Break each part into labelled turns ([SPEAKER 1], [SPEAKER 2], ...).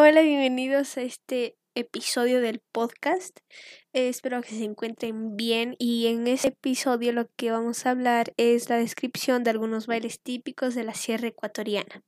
[SPEAKER 1] Hola, bienvenidos a este episodio del podcast. Espero que se encuentren bien y en este episodio lo que vamos a hablar es la descripción de algunos bailes típicos de la Sierra Ecuatoriana.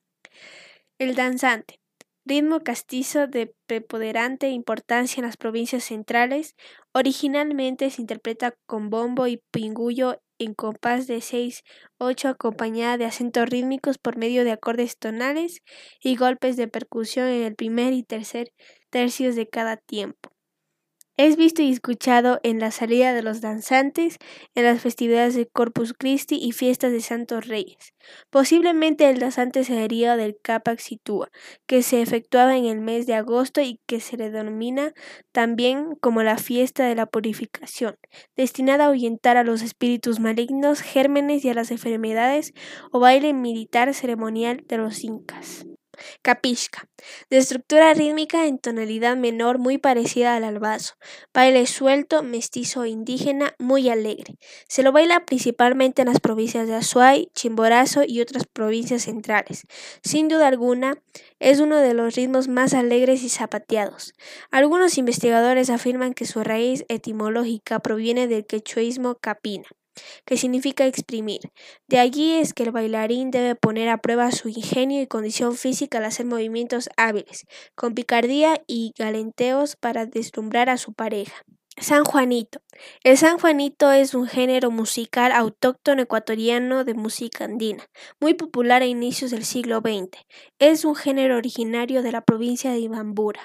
[SPEAKER 1] El danzante, ritmo castizo de preponderante importancia en las provincias centrales, originalmente se interpreta con bombo y pingullo en compás de 6-8 acompañada de acentos rítmicos por medio de acordes tonales y golpes de percusión en el primer y tercer tercios de cada tiempo. Es visto y escuchado en la salida de los danzantes, en las festividades de Corpus Christi y fiestas de Santos Reyes. Posiblemente el danzante se deriva del Capac Situa, que se efectuaba en el mes de agosto y que se le denomina también como la fiesta de la purificación, destinada a ahuyentar a los espíritus malignos, gérmenes y a las enfermedades, o baile militar ceremonial de los incas. Capisca, de estructura rítmica en tonalidad menor muy parecida al albazo, baile suelto, mestizo o indígena, muy alegre. Se lo baila principalmente en las provincias de Azuay, Chimborazo y otras provincias centrales. Sin duda alguna, es uno de los ritmos más alegres y zapateados. Algunos investigadores afirman que su raíz etimológica proviene del quechuismo capina, que significa exprimir. De allí es que el bailarín debe poner a prueba su ingenio y condición física al hacer movimientos hábiles, con picardía y galanteos para deslumbrar a su pareja. San Juanito. El San Juanito es un género musical autóctono ecuatoriano de música andina, muy popular a inicios del siglo XX. Es un género originario de la provincia de Ibambura.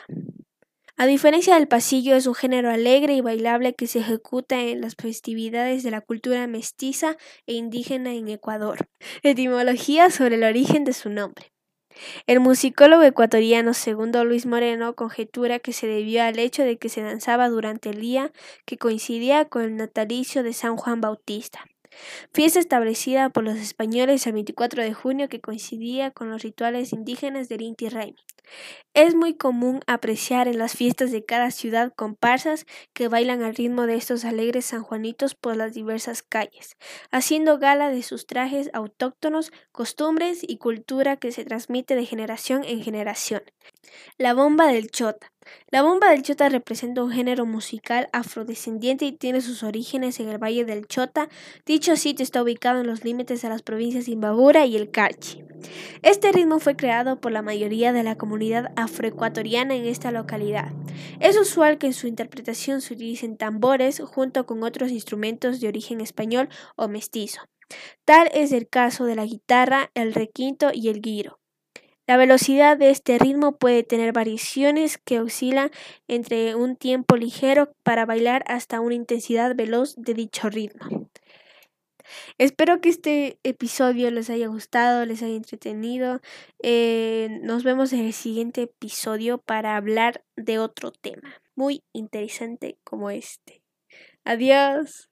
[SPEAKER 1] A diferencia del pasillo, es un género alegre y bailable que se ejecuta en las festividades de la cultura mestiza e indígena en Ecuador. Etimología sobre el origen de su nombre. El musicólogo ecuatoriano Segundo Luis Moreno conjetura que se debió al hecho de que se danzaba durante el día que coincidía con el natalicio de San Juan Bautista, fiesta establecida por los españoles el 24 de junio que coincidía con los rituales indígenas del Inti Raymi. Es muy común apreciar en las fiestas de cada ciudad comparsas que bailan al ritmo de estos alegres sanjuanitos por las diversas calles, haciendo gala de sus trajes autóctonos, costumbres y cultura que se transmite de generación en generación. La bomba del chota. La bomba del chota representa un género musical afrodescendiente y tiene sus orígenes en el Valle del Chota. Dicho sitio está ubicado en los límites de las provincias de Imbabura y el Carchi. Este ritmo fue creado por la mayoría de la comunidad afroecuatoriana en esta localidad. Es usual que en su interpretación se utilicen tambores junto con otros instrumentos de origen español o mestizo. Tal es el caso de la guitarra, el requinto y el guiro. La velocidad de este ritmo puede tener variaciones que oscilan entre un tiempo ligero para bailar hasta una intensidad veloz de dicho ritmo. Espero que este episodio les haya gustado, les haya entretenido. Nos vemos en el siguiente episodio para hablar de otro tema muy interesante como este. Adiós.